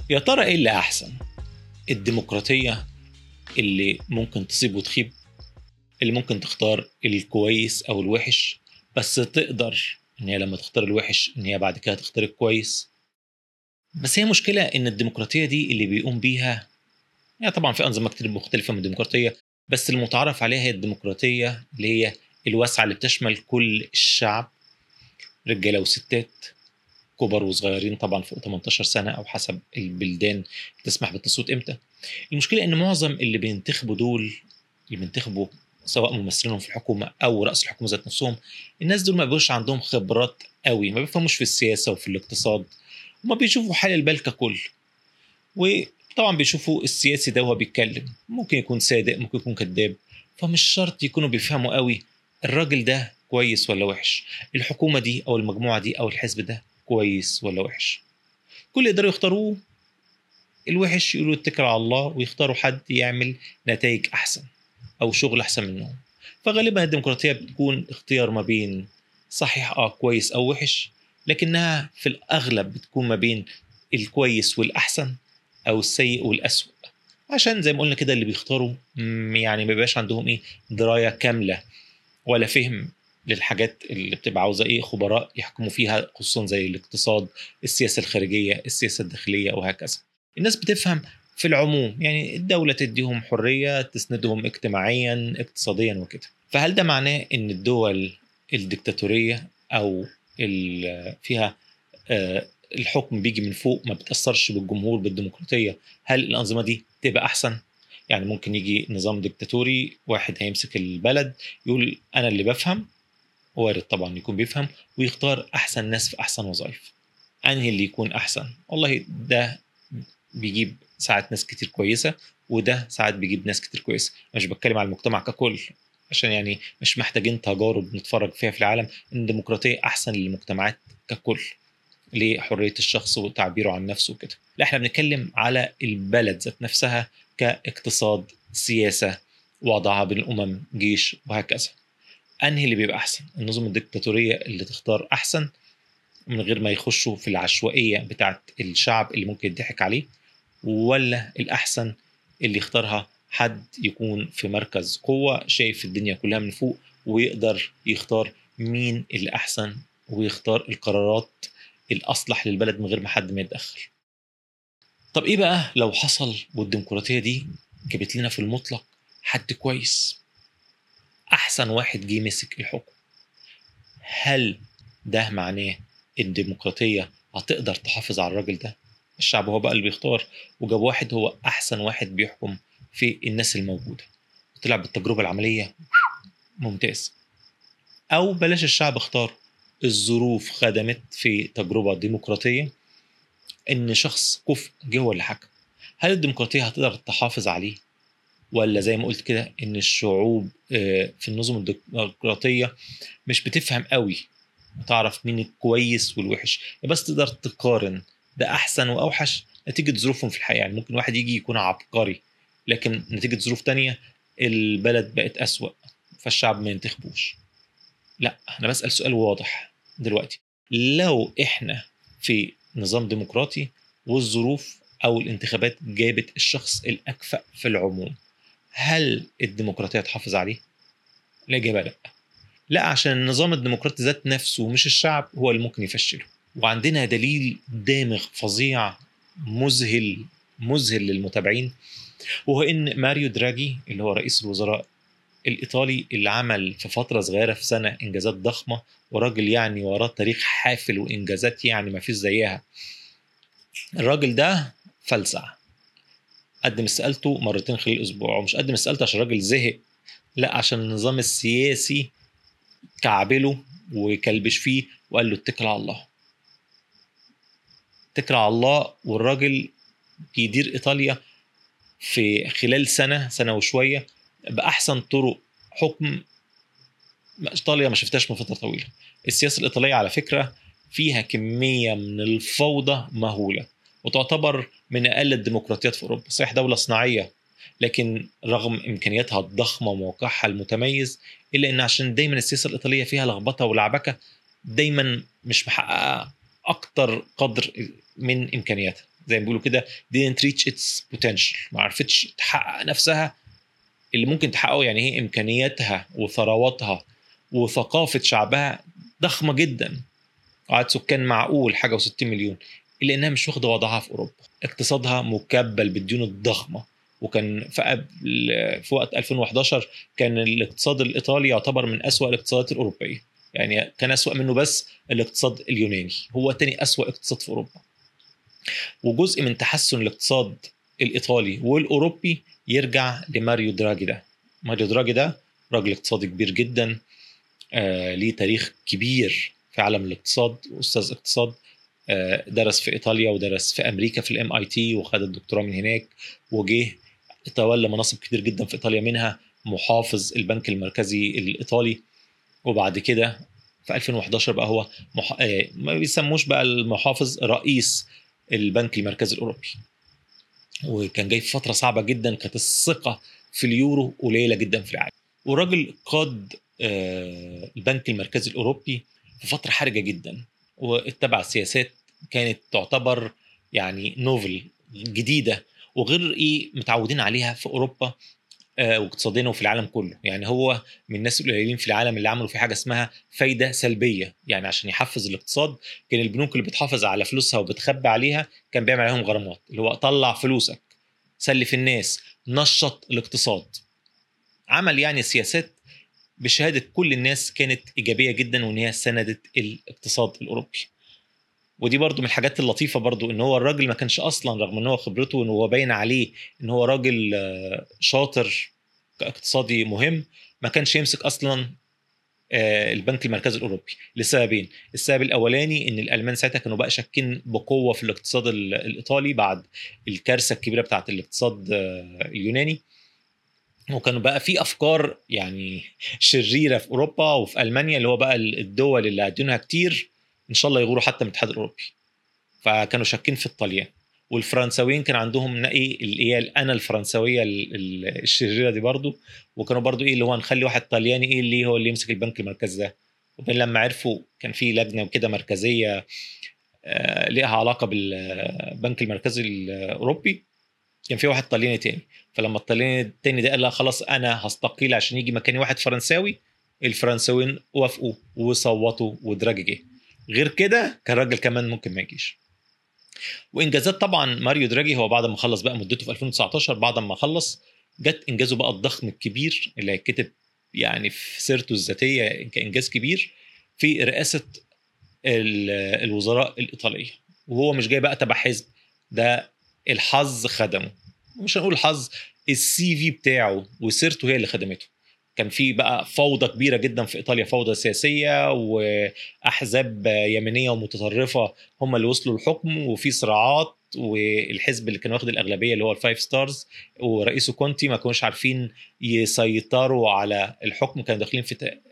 يا ترى ايه اللي احسن؟ الديمقراطية اللي ممكن تصيب وتخيب، اللي ممكن تختار الكويس او الوحش، بس تقدر ان هي لما تختار الوحش ان هي بعد كده تختار الكويس. بس هي مشكلة ان الديمقراطية دي اللي بيقوم بيها، يعني طبعا في انظمة كتير مختلفة من الديمقراطية، بس المتعارف عليها هي الديمقراطية اللي هي الواسعة اللي بتشمل كل الشعب، رجالة وستات، كبار وصغيرين، طبعا فوق 18 سنة او حسب البلدان تسمح بالتصويت امتى. المشكلة إن معظم اللي بينتخبوا دول، اللي بينتخبوا سواء ممثلينهم في الحكومة أو رئيس الحكومة ذات نفسهم، الناس دول ما بيبقوش عندهم خبرات قوي، ما بيفهموش في السياسة وفي الاقتصاد، وما بيشوفوا حال البال ككل. وطبعا بيشوفوا السياسي ده وهو بيتكلم ممكن يكون صادق ممكن يكون كذاب، فمش شرط يكونوا بيفهموا قوي الراجل ده كويس ولا وحش، الحكومة دي أو المجموعة دي أو الحزب ده كويس ولا وحش. كل اللي يقدروا يختاروه الوحش يقولوا اتكل على الله ويختاروا حد يعمل نتائج أحسن أو شغل أحسن منهم. فغالبا الديمقراطية بتكون اختيار ما بين صحيح كويس أو وحش، لكنها في الأغلب بتكون ما بين الكويس والأحسن أو السيء والأسوأ. عشان زي ما قلنا كده اللي بيختاروا يعني ما بيبقاش عندهم دراية كاملة ولا فهم للحاجات اللي بتبقى عاوزة خبراء يحكموا فيها، خصوصا زي الاقتصاد، السياسة الخارجية، السياسة الداخلية وهكذا. الناس بتفهم في العموم، يعني الدولة تديهم حرية تسندهم اجتماعيا اقتصاديا وكده. فهل ده معناه ان الدول الدكتاتورية او فيها الحكم بيجي من فوق ما بتأثرش بالجمهور بالديمقراطية، هل الأنظمة دي تبقى أحسن؟ يعني ممكن يجي نظام ديكتاتوري، واحد هيمسك البلد يقول أنا اللي بفهم، وارد طبعا يكون بيفهم، ويختار أحسن ناس في أحسن وظائف. أنهي اللي يكون أحسن؟ والله ده بيجيب ساعات ناس كتير كويسة، وده ساعات بيجيب ناس كتير كويسة. مش بتكلم على المجتمع ككل، عشان يعني مش محتاجين تجارب نتفرج فيها في العالم ان الديمقراطية احسن للمجتمعات ككل لحرية الشخص وتعبيره عن نفسه وكده. لا، احنا بنتكلم على البلد ذات نفسها كاقتصاد، سياسة، وضعها بين الأمم، جيش وهكذا. أنهي اللي بيبقى أحسن؟ النظم الدكتاتورية اللي تختار أحسن من غير ما يخشوا في العشوائية بتاعت الشعب اللي ممكن يضحك عليه، ولا الأحسن اللي يختارها حد يكون في مركز قوة شايف الدنيا كلها من فوق ويقدر يختار مين اللي أحسن ويختار القرارات الأصلح للبلد من غير ما حد ما يتدخل؟ طب إيه بقى لو حصل والديمقراطية دي جابت لنا في المطلق حد كويس، أحسن واحد جه مسك الحكم؟ هل ده معناه الديمقراطية هتقدر تحافظ على الراجل ده؟ الشعب هو بقى اللي بيختار، وجاب واحد هو أحسن واحد بيحكم في الناس الموجودة، طلع بالتجربة العملية ممتاز. أو بلاش الشعب اختار، الظروف خدمت في تجربة ديمقراطية إن شخص كفء جه هو اللي حكم. هل الديمقراطية هتقدر تحافظ عليه؟ ولا زي ما قلت كده إن الشعوب في النظم الديمقراطية مش بتفهم قوي وتعرف مين الكويس والوحش، بس تقدر تقارن ده احسن واوحش نتيجة ظروفهم في الحياة. يعني ممكن واحد يجي يكون عبقري، لكن نتيجة ظروف تانية البلد بقت أسوأ فالشعب ما ينتخبوش. لا، انا بسأل سؤال واضح دلوقتي: لو احنا في نظام ديمقراطي والظروف او الانتخابات جابت الشخص الاكفأ في العموم، هل الديمقراطية تحافظ عليه؟ الإجابة لا. لا، عشان النظام الديمقراطي ذات نفسه مش الشعب هو اللي ممكن يفشله. وعندنا دليل دامغ فظيع مذهل مذهل للمتابعين، وهو ان ماريو دراجي اللي هو رئيس الوزراء الايطالي اللي عمل في فتره صغيره في سنه انجازات ضخمه، وراجل يعني وراه تاريخ حافل وانجازات يعني ما فيش زيها. الراجل ده فلسع، قدم استقالته مرتين خلال اسبوع، ومش قدم استقالته عشان الراجل زهق، لا عشان النظام السياسي كعبله وكلبش فيه وقال له اتكل على الله. اتكل على الله، والراجل بيدير ايطاليا في خلال سنه وشويه باحسن طرق حكم ايطاليا ما شفتهاش من فتره طويله. السياسه الايطاليه على فكره فيها كميه من الفوضى مهوله، وتعتبر من اقل الديمقراطيات في اوروبا. صحيح دوله صناعيه، لكن رغم امكانياتها الضخمه وموقعها المتميز، الا ان عشان دايما السياسه الايطاليه فيها لخبطه ولعبكه، دايما مش محققه اكتر قدر من امكانياتها. زي ما بيقولوا كده didn't reach its potential، ما عرفتش تحقق نفسها اللي ممكن تحققه. يعني هي إمكانياتها وثرواتها وثقافة شعبها ضخمة جدا، عدد سكان معقول حاجة و60 مليون، إلا إنها مش واخدة وضعها في أوروبا. اقتصادها مكبل بالديون الضخمة، وكان في وقت 2011 كان الاقتصاد الإيطالي يعتبر من أسوأ الاقتصادات الأوروبية. يعني كان أسوأ منه بس الاقتصاد اليوناني، هو تاني أسوأ اقتصاد في أوروبا. وجزء من تحسن الاقتصاد الإيطالي والأوروبي يرجع لماريو دراجي ده. ماريو دراجي ده راجل اقتصادي كبير جدا، ليه تاريخ كبير في عالم الاقتصاد، أستاذ اقتصاد، درس في إيطاليا ودرس في أمريكا في الMIT وخد الدكتوراه من هناك، وجه تولى مناصب كتير جدا في إيطاليا، منها محافظ البنك المركزي الإيطالي. وبعد كده في 2011 بقى هو ما بيسموش بقى المحافظ، رئيس البنك المركزي الأوروبي. وكان جاي في فترة صعبة جدا، كانت الثقة في اليورو قليلة جدا في العالم، وراجل قاد البنك المركزي الأوروبي في فترة حرجة جدا، واتبع سياسات كانت تعتبر يعني نوفل جديدة، وغير متعودين عليها في أوروبا واقتصاديا وفي العالم كله. يعني هو من الناس القليلين في العالم اللي عملوا في حاجة اسمها فايدة سلبية، يعني عشان يحفز الاقتصاد كان البنوك اللي بتحافظ على فلوسها وبتخبي عليها كان بيعمل عليهم غرامات، اللي هو طلع فلوسك، سلف الناس، نشط الاقتصاد. عمل يعني سياسات بشهادة كل الناس كانت إيجابية جدا، وإن هي سندت الاقتصاد الأوروبي. ودي برضو من الحاجات اللطيفة برضو، إن هو الراجل ما كانش أصلا، رغم إن هو خبرته إن هو باين عليه إن هو راجل شاطر كاقتصادي مهم، ما كانش يمسك أصلا البنك المركزي الأوروبي لسببين. السبب الأولاني إن الألمان ساعتها كانوا بقى شاكين بقوة في الاقتصاد الإيطالي بعد الكارثة الكبيرة بتاعت الاقتصاد اليوناني، وكانوا بقى في افكار يعني شريره في اوروبا وفي المانيا، اللي هو بقى الدول اللي هديونها كتير ان شاء الله يغوروا حتى من الاتحاد الاوروبي. فكانوا شاكين في الطليان. والفرنساويين كان عندهم اللي هي الانا الفرنسويه الشريره دي برضو، وكانوا برضو اللي هو نخلي واحد طلياني اللي هو اللي يمسك البنك المركزي ده. وبين لما عرفوا كان في لجنه كده مركزيه ليها علاقه بالبنك المركزي الاوروبي، كان في واحد طلياني تاني. فلما الطلياني التاني ده قال لا خلاص انا هستقيل عشان يجي مكاني واحد فرنساوي، الفرنساويين وافقوا وصوتوا ودراجي جه. غير كده كان الراجل كمان ممكن ما يجيش. وانجازات طبعا ماريو دراجي، هو بعد ما خلص بقى مدته في 2019، بعد ما خلص جت انجازه بقى الضخم الكبير اللي هيتكتب يعني في سيرته الذاتيه كانجاز كبير، في رئاسه الوزراء الايطاليه. وهو مش جاي بقى تبع حزب، ده الحظ خدمه، مش هنقول الحظ، CV بتاعه وسيرته هي اللي خدمته. كان في بقى فوضى كبيره جدا في ايطاليا، فوضى سياسيه واحزاب يمينيه ومتطرفه هم اللي وصلوا الحكم، وفي صراعات، والحزب اللي كان واخد الاغلبيه اللي هو الفايف ستارز ورئيسه كونتي ما كانوش عارفين يسيطروا على الحكم، كانوا داخلين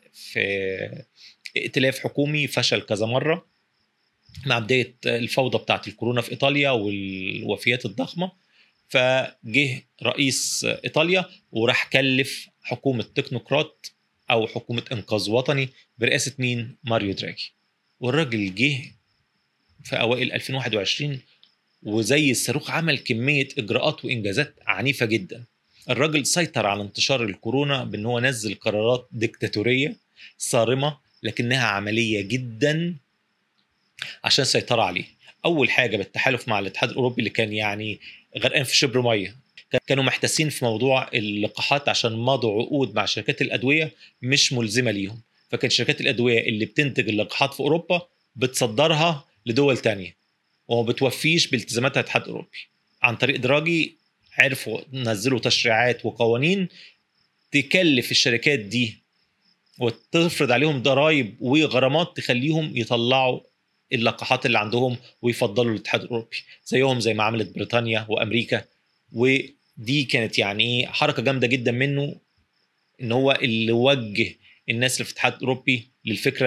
في ائتلاف حكومي فشل كذا مره مع بدايه الفوضى بتاعت الكورونا في ايطاليا والوفيات الضخمه. فجه رئيس ايطاليا وراح كلف حكومه تكنوقراط او حكومه انقاذ وطني برئاسه مين؟ ماريو دراجي. والراجل جه في اوائل 2021 وزي الصاروخ عمل كميه اجراءات وانجازات عنيفه جدا. الراجل سيطر على انتشار الكورونا بان هو نزل قرارات ديكتاتوريه صارمه لكنها عمليه جدا عشان السيطره عليه. اول حاجه بالتحالف مع الاتحاد الاوروبي اللي كان يعني غرقان في شبر ميه، كانوا محتاسين في موضوع اللقاحات عشان مضوا عقود مع شركات الادويه مش ملزمه ليهم. فكان شركات الادويه اللي بتنتج اللقاحات في اوروبا بتصدرها لدول تانية وما بتوفيش بالتزاماتها الاتحاد الاوروبي. عن طريق دراجي عرفوا نزلوا تشريعات وقوانين تكلف الشركات دي وتفرض عليهم ضرائب وغرامات تخليهم يطلعوا اللقاحات اللي عندهم ويفضلوا الاتحاد الاوروبي زيهم زي ما عملت بريطانيا وامريكا. ودي كانت يعني حركه جامده جدا منه، ان هو اللي وجه الناس اللي في الاتحاد الاوروبي للفكره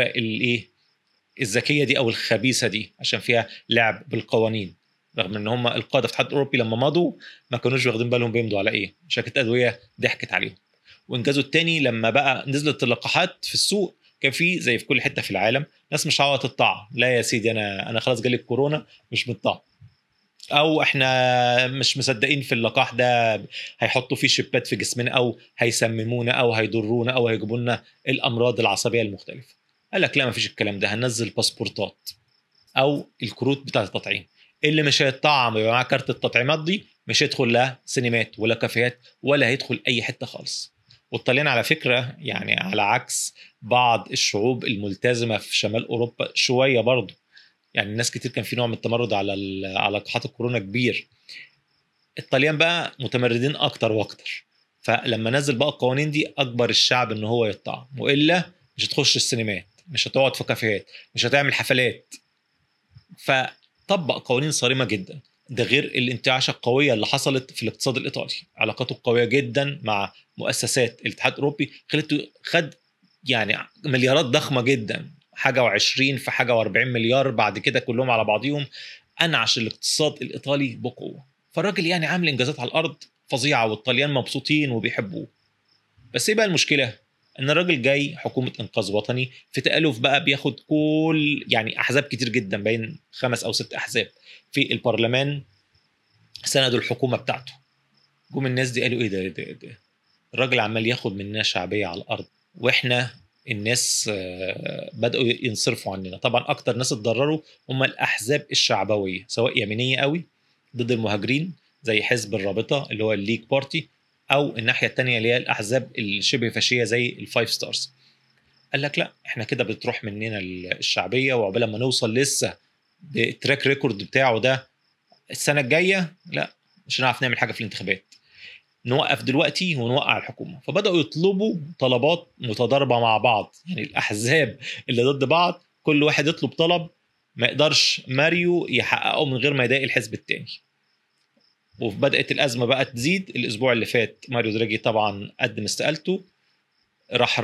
الذكيه دي او الخبيثه دي، عشان فيها لعب بالقوانين. رغم ان هم القاده في الاتحاد الاوروبي لما مضوا ما كانوش واخدين بالهم بيمضوا على ايه، شركه ادويه ضحكت عليهم. وانجازوا التاني لما بقى نزلت اللقاحات في السوق، كان في زي في كل حته في العالم ناس مش عاوزه تطعم. لا يا سيدي، انا خلاص جالي الكورونا مش مطعم. او احنا مش مصدقين في اللقاح ده، هيحطوا فيه شيبات في جسمنا او هيسممونا او هيضرونا او هيجيبوا لنا الامراض العصبيه المختلفه. قال لك لا، مفيش الكلام ده، هننزل باسبورتات او الكروت بتاعه التطعيم. اللي مش هيتطعم يبقى معاه كارت التطعيمات دي مش هيدخل لا سينمات ولا كافيهات ولا هيدخل اي حته خالص. والطليان على فكره يعني على عكس بعض الشعوب الملتزمه في شمال اوروبا شويه برضه، يعني الناس كتير كان في نوع من التمرد على على لقاحات الكورونا كبير. الطليان بقى متمردين اكتر واكتر، فلما نزل بقى القوانين دي اجبر الشعب ان هو يطعم، والا مش هتخش السينمات، مش هتقعد في كافيهات، مش هتعمل حفلات. فطبق قوانين صارمه جدا. ده غير الانتعاشه القويه اللي حصلت في الاقتصاد الايطالي، علاقاته القويه جدا مع مؤسسات الاتحاد الاوروبي خلته خد يعني مليارات ضخمه جدا، حاجه و20 في حاجه و40 مليار بعد كده كلهم على بعضهم، انعش الاقتصاد الايطالي بقوه. فالراجل يعني عامل انجازات على الارض فظيعه، والطليان مبسوطين وبيحبوه. بس ايه بقى المشكله؟ ان الراجل جاي حكومه انقاذ وطني في تالف بقى، بياخد كل يعني احزاب كتير جدا، بين 5 أو 6 احزاب في البرلمان سندوا الحكومه بتاعته. جم الناس دي قالوا ايه ده, ده الراجل عمال ياخد مننا شعبيه على الارض، واحنا الناس بدأوا ينصرفوا عننا. طبعا اكتر ناس اتضرروا هم الاحزاب الشعبويه، سواء يمينيه قوي ضد المهاجرين زي حزب الرابطه اللي هو الليج بارتي، او الناحيه الثانيه اللي هي الاحزاب الشبه فاشيه زي الفايف ستارز. قال لك لا، احنا كده بتروح مننا الشعبيه، وعقبال ما نوصل لسه بالتراك ريكورد بتاعه ده السنه الجايه، لا مش هنعرف نعمل حاجه في الانتخابات، نوقف دلوقتي ونوقع الحكومه. فبداوا يطلبوا طلبات متضاربه مع بعض، يعني الاحزاب اللي ضد بعض كل واحد يطلب طلب ما يقدرش ماريو يحققه من غير ما يضايق الحزب الثاني. وبدات الازمه بقى تزيد. الاسبوع اللي فات ماريو دراجي طبعا قدم استقالته، راح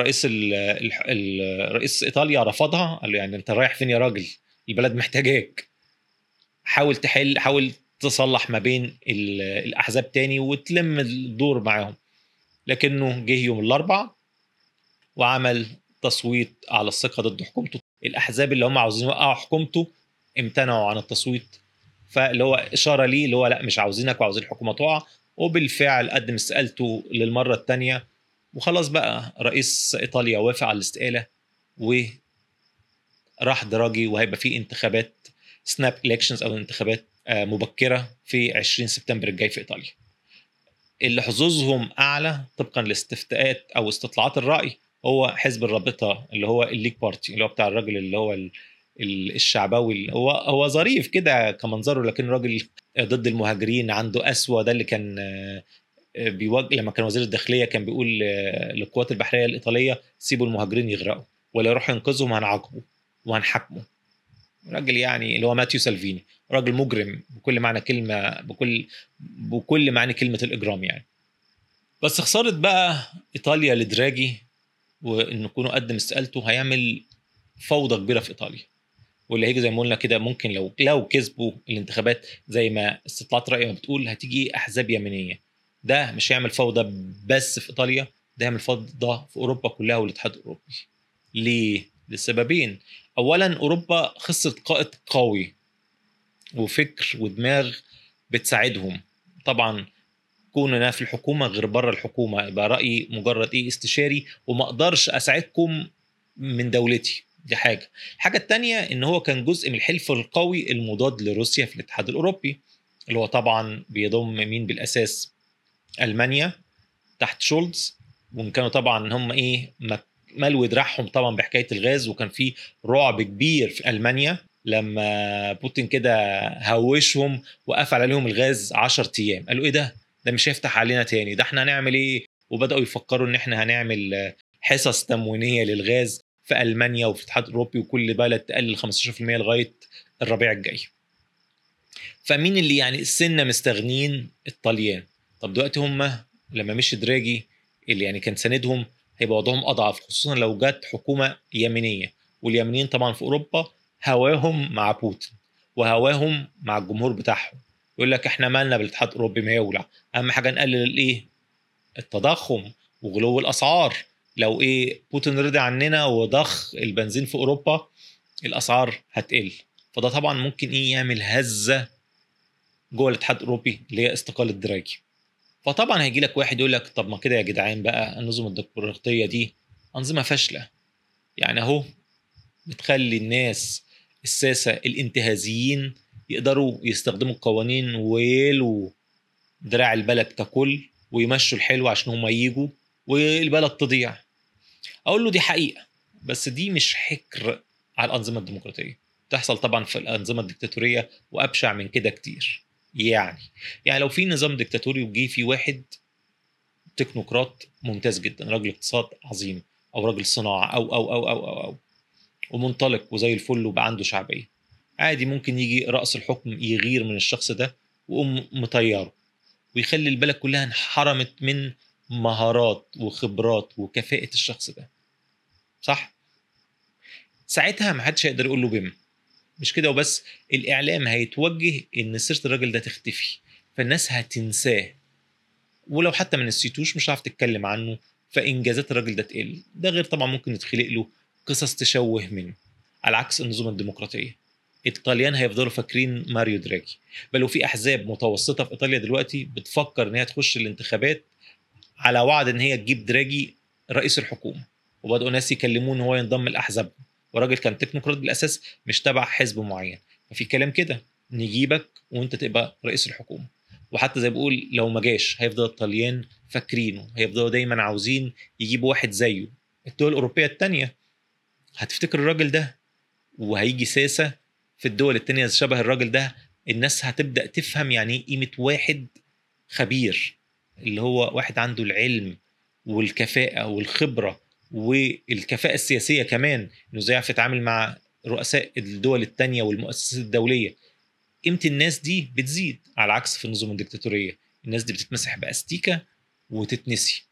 رئيس ايطاليا رفضها، قال له يعني انت رايح فين يا راجل؟ البلد محتاجاك، حاول تحل، حاول تصلح ما بين الاحزاب تاني وتلم الدور معاهم. لكنه جه يوم الاربعاء وعمل تصويت على الثقه ضد حكومته. الاحزاب اللي هم عاوزين يوقعوا حكومته امتنعوا عن التصويت، فاللي هو اشاره ليه اللي هو لا مش عاوزينك وعاوزين الحكومه تقع. وبالفعل قدم استقالته للمره الثانيه، وخلاص بقى رئيس ايطاليا وافق على الاستقاله وراح دراجي، وهيبقى في انتخابات سناب الكشنز او انتخابات مبكره في 20 سبتمبر الجاي في ايطاليا. اللي حظوظهم اعلى طبقا لاستفتاءات او استطلاعات الراي هو حزب الرابطه اللي هو الليج بارتي، اللي هو بتاع الراجل اللي هو الشعبوي، اللي هو ظريف كده كمنظره، لكن راجل ضد المهاجرين، عنده اسوأ. ده اللي كان بيواجه لما كان وزير الداخليه، كان بيقول للقوات البحريه الايطاليه سيبوا المهاجرين يغرقوا، ولا يروح ينقذهم هنعاقبه وهنحاكمه. راجل يعني اللي هو ماتيو سالفيني، راجل مجرم بكل معنى كلمه، بكل معنى كلمه الاجرام يعني. بس خساره بقى ايطاليا لدراجي، وانه يكون قدم استقالته هيعمل فوضى كبيره في ايطاليا. واللي هيجي زي ما قلنا كده ممكن لو كسبوا الانتخابات زي ما استطلاعات راي ما بتقول، هتيجي احزاب يمينيه. ده مش هيعمل فوضى بس في ايطاليا، ده هيعمل فوضى في اوروبا كلها والاتحاد الاوروبي. ليه؟ لسببين. اولا اوروبا خسرت قائد قوي وفكر ودماغ بتساعدهم. طبعا كون انا في الحكومه غير بره الحكومه، يبقى رايي مجرد ايه استشاري وما اقدرش اساعدكم من دولتي، دي حاجه. الحاجه الثانيه ان هو كان جزء من الحلف القوي المضاد لروسيا في الاتحاد الاوروبي، اللي هو طبعا بيضم مين بالاساس؟ المانيا تحت شولتز. وان كانوا طبعا هم ايه ملوا دراعهم طبعا بحكايه الغاز، وكان في رعب كبير في المانيا لما بوتين كده هوشهم وقفل عليهم الغاز 10 ايام. قالوا ايه ده مش هيفتح علينا تاني، ده احنا هنعمل ايه؟ وبداوا يفكروا ان احنا هنعمل حصص تموينيه للغاز في المانيا وفي الاتحاد الاوروبي، وكل بلد تقلل 15% لغايه الربيع الجاي. فمين اللي يعني السنه مستغنين؟ الطليان. طب دلوقتي هم لما مشي دراجي اللي يعني كان ساندهم، هيبقى وضعهم اضعف، خصوصا لو جت حكومه يمينيه. واليمينيين طبعا في اوروبا هواهم مع بوتين وهواهم مع الجمهور بتاعهم، يقول لك احنا مالنا بالاتحاد الاوروبي ما يولع، اهم حاجه نقلل الايه؟ التضخم وغلو الاسعار. لو ايه بوتين رضي عننا وضخ البنزين في اوروبا، الاسعار هتقل. فده طبعا ممكن ايه يعمل هزه جوه الاتحاد الاوروبي اللي هي استقاله دراجي. فطبعا هيجي لك واحد يقول لك طب ما كده يا جدعان بقى النظم الديمقراطيه دي انظمه فاشله، يعني اهو بتخلي الناس الساسه الانتهازيين يقدروا يستخدموا القوانين ويلوا دراع البلد ككل ويمشوا الحلو عشان هم ييجوا والبلد تضيع. اقول له دي حقيقه، بس دي مش حكر على الانظمه الديمقراطيه، تحصل طبعا في الانظمه الديكتاتوريه وابشع من كده كتير. يعني لو في نظام ديكتاتوري وجي في واحد تكنوقراط ممتاز جدا، راجل اقتصاد عظيم او راجل صناعه او ومنطلق وزي الفل وبقى عنده شعبيه، عادي ممكن يجي رأس الحكم يغير من الشخص ده ويقوم مطيره ويخلي البلد كلها انحرمت من مهارات وخبرات وكفاءة الشخص ده، صح؟ ساعتها ما حدش هيقدر يقول له بم. مش كده وبس، الإعلام هيتوجه إن سيرة الراجل ده تختفي، فالناس هتنساه، ولو حتى ما نسيتوش مش هتعرف تتكلم عنه، فإنجازات الراجل ده تقل. ده غير طبعا ممكن يتخلق له قصص تشوه منه، على عكس النظم الديمقراطية. الطليان هيفضلوا فاكرين ماريو دراجي، بل وفي أحزاب متوسطة في إيطاليا دلوقتي بتفكر إن هي تخش الانتخابات على وعد ان هي تجيب دراجي رئيس الحكومه، وبداوا ناس يكلموه ان هو ينضم لاحزاب، وراجل كان تكنوقراط بالاساس مش تبع حزب معين، ففي كلام كده نجيبك وانت تبقى رئيس الحكومه. وحتى زي بقول لو ما جاش هيفضل الطليان فاكرينه، هيفضلوا دايما عاوزين يجيبوا واحد زيه. الدول الاوروبيه التانية هتفتكر الراجل ده، وهيجي ساسه في الدول التانية شبه الراجل ده، الناس هتبدا تفهم يعني ايه قيمه واحد خبير، اللي هو واحد عنده العلم والكفاءة والخبرة والكفاءة السياسية كمان، انه ازاي يعرف يتعامل مع رؤساء الدول التانية والمؤسسات الدولية. قيمة الناس دي بتزيد، على عكس في النظم الدكتاتورية الناس دي بتتمسح بأستيكة وتتنسي.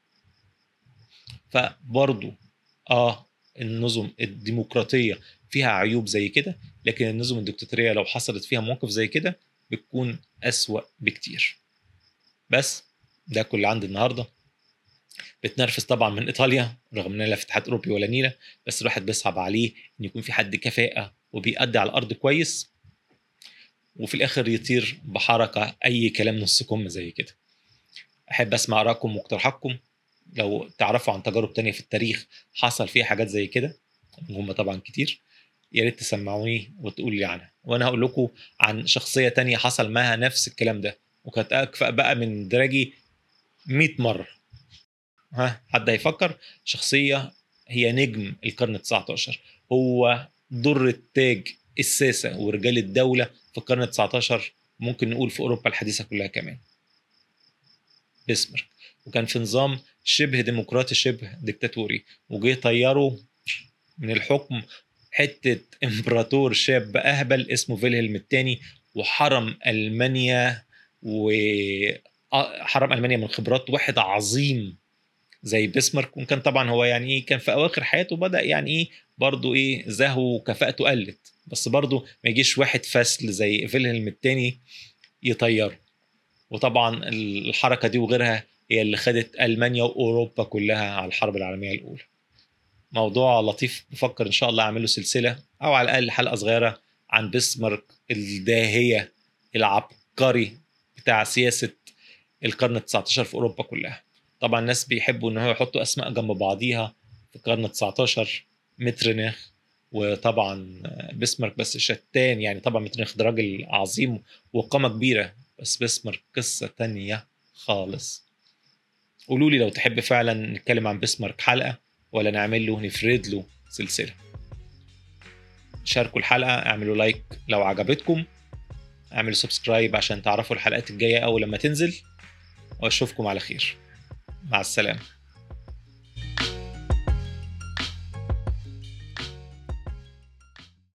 فبرضو النظم الديمقراطية فيها عيوب زي كده، لكن النظم الدكتاتورية لو حصلت فيها موقف زي كده بتكون أسوأ بكتير. بس ده كل عندي النهارده. بتنرفز طبعا من ايطاليا رغم ان لا في اتحاد اوروبي ولا نيله، بس الواحد بيصعب عليه ان يكون في حد كفاءه وبيأدي على الارض كويس وفي الاخر يطير بحركه اي كلام نص كم زي كده. احب اسمع ارائكم واقتراحاتكم، لو تعرفوا عن تجارب تانية في التاريخ حصل فيها حاجات زي كده، هم طبعا كتير، يا ريت تسمعوني وتقول لي عنها، وانا هقول لكم عن شخصيه تانية حصل معها نفس الكلام ده وكانت اكفأ بقى من دراجي 100 مره. ها حد هيفكر؟ شخصية هي نجم القرن ال19، هو در التاج الساسة ورجال الدولة في القرن ال19، ممكن نقول في أوروبا الحديثة كلها كمان. بسمرك، وكان في نظام شبه ديمقراطي شبه ديكتاتوري، وجه طيره من الحكم حتة امبراطور شاب أهبل اسمه فيلهلم الثاني، وحرم ألمانيا وحرم ألمانيا من خبرات واحد عظيم زي بيسمارك. وكان طبعا هو يعني ايه كان في اواخر حياته بدا يعني ايه برضه ايه زهو وكفاءته قلت، بس برضه ما يجيش واحد فاسل زي فيلهلم الثاني يطيره. وطبعا الحركه دي وغيرها هي اللي خدت المانيا واوروبا كلها على الحرب العالميه الاولى. موضوع لطيف، بفكر ان شاء الله اعمل له سلسله او على الاقل حلقه صغيره عن بيسمارك الداهيه العبقري بتاع سياسه القرن ال19 في اوروبا كلها. طبعا الناس بيحبوا ان هو يحطوا اسماء جنب بعضيها في القرن ال19، مترنخ وطبعا بسمارك، بس شتان يعني. طبعا مترنخ ده راجل عظيم وقامة كبيرة، بس بسمارك قصة تانية خالص. قولوا لي لو تحب فعلا نتكلم عن بسمارك حلقة ولا نعمل له نفرد له سلسلة. شاركوا الحلقة، اعملوا لايك لو عجبتكم، اعملوا سبسكرايب عشان تعرفوا الحلقات الجاية أول لما تنزل، واشوفكم على خير. مع السلامة.